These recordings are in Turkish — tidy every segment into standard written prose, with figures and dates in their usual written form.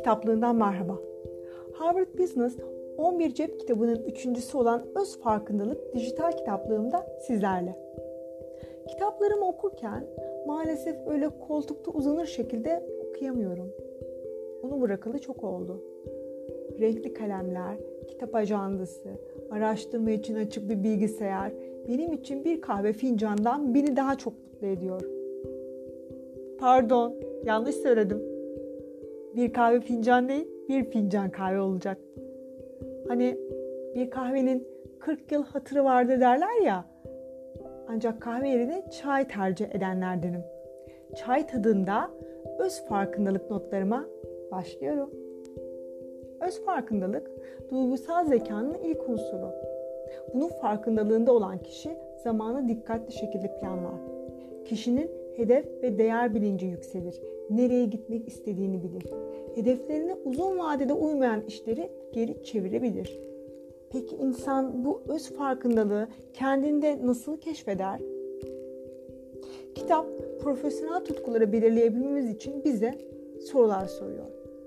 kitaplığından merhaba. Harvard Business 11 cep kitabının üçüncüsü olan Öz Farkındalık dijital kitaplığımda sizlerle. Kitaplarımı okurken maalesef öyle koltukta uzanır şekilde okuyamıyorum. Onu bırakalı çok oldu. Renkli kalemler, kitap ajandası, araştırma için açık bir bilgisayar benim için bir kahve fincandan beni daha çok mutlu ediyor. Pardon, yanlış söyledim. Bir kahve fincan değil, bir fincan kahve olacak. Hani bir kahvenin 40 yıl hatırı vardır derler ya. Ancak kahve yerine çay tercih edenlerdenim. Çay tadında öz farkındalık notlarıma başlıyorum. Öz farkındalık, duygusal zekanın ilk unsuru. Bunun farkındalığında olan kişi zamanı dikkatli şekilde planlar. Kişinin hedef ve değer bilinci yükselir. Nereye gitmek istediğini bilir. Hedeflerine uzun vadede uymayan işleri geri çevirebilir. Peki insan bu öz farkındalığı kendinde nasıl keşfeder? Kitap, profesyonel tutkuları belirleyebilmemiz için bize sorular soruyor.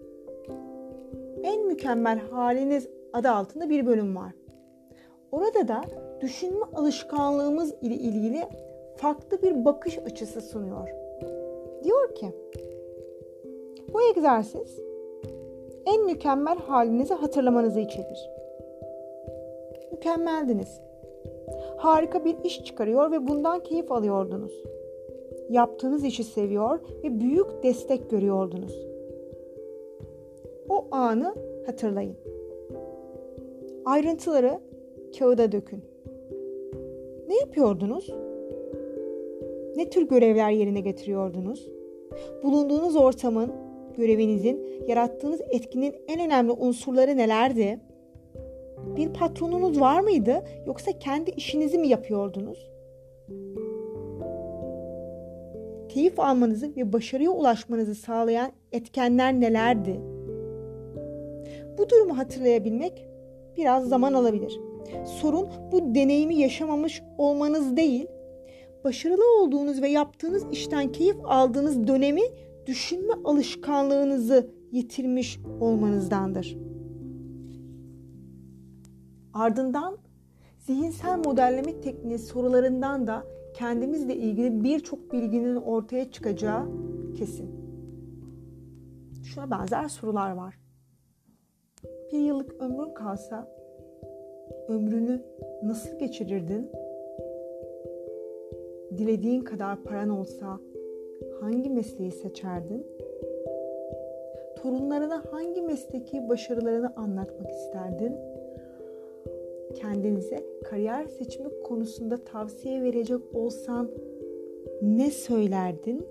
En mükemmel haliniz adı altında bir bölüm var. Orada da düşünme alışkanlığımız ile ilgili farklı bir bakış açısı sunuyor. Diyor ki, bu egzersiz en mükemmel halinizi hatırlamanızı içerir. Mükemmeldiniz. Harika bir iş çıkarıyor ve bundan keyif alıyordunuz. Yaptığınız işi seviyor ve büyük destek görüyordunuz. O anı hatırlayın. Ayrıntıları kağıda dökün. Ne yapıyordunuz? Ne tür görevler yerine getiriyordunuz? Bulunduğunuz ortamın, görevinizin, yarattığınız etkinin en önemli unsurları nelerdi? Bir patronunuz var mıydı yoksa kendi işinizi mi yapıyordunuz? Keyif almanızı ve başarıya ulaşmanızı sağlayan etkenler nelerdi? Bu durumu hatırlayabilmek biraz zaman alabilir. Sorun bu deneyimi yaşamamış olmanız değil, başarılı olduğunuz ve yaptığınız işten keyif aldığınız dönemi düşünme alışkanlığınızı yitirmiş olmanızdandır. Ardından zihinsel modelleme tekniği sorularından da kendimizle ilgili birçok bilginin ortaya çıkacağı kesin. Şuna benzer sorular var. Bir yıllık ömrün kalsa ömrünü nasıl geçirirdin? Dilediğin kadar paran olsa hangi mesleği seçerdin? Torunlarına hangi mesleki başarılarını anlatmak isterdin? Kendinize kariyer seçimi konusunda tavsiye verecek olsan ne söylerdin?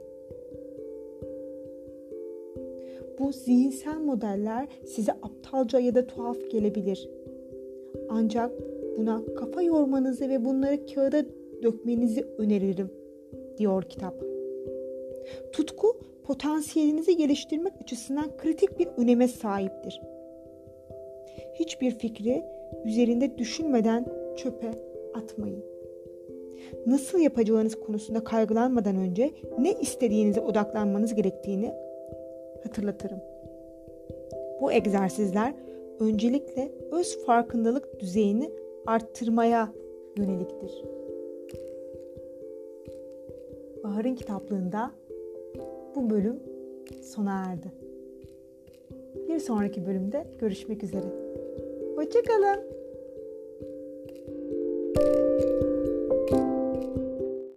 Bu zihinsel modeller size aptalca ya da tuhaf gelebilir. Ancak buna kafa yormanızı ve bunları kağıda dökmenizi öneririm, diyor kitap. Tutku, potansiyelinizi geliştirmek açısından kritik bir öneme sahiptir. Hiçbir fikri üzerinde düşünmeden çöpe atmayın. Nasıl yapacağınız konusunda kaygılanmadan önce ne istediğinize odaklanmanız gerektiğini hatırlatırım. Bu egzersizler öncelikle öz farkındalık düzeyini arttırmaya yöneliktir. Bahar'ın kitaplığında bu bölüm sona erdi. Bir sonraki bölümde görüşmek üzere. Hoşça kalın.